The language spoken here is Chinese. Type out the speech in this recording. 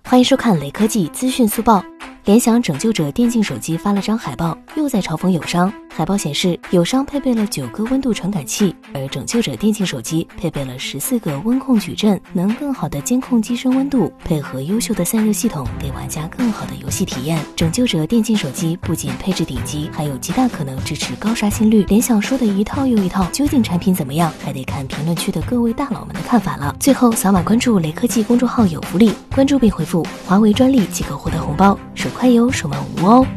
欢迎收看雷科技资讯速报。联想拯救者电竞手机发了张海报，又在嘲讽友商。海报显示，友商配备了9个温度传感器，而拯救者电竞手机配备了14个温控矩阵，能更好的监控机身温度，配合优秀的散热系统，给玩家更好的游戏体验。拯救者电竞手机不仅配置顶级，还有极大可能支持高刷新率。联想说的一套又一套，究竟产品怎么样，还得看评论区的各位大佬们的看法了。最后，扫码关注雷科技公众号有福利，关注并回复华为专利即可获得红包，手快有，手慢无哦。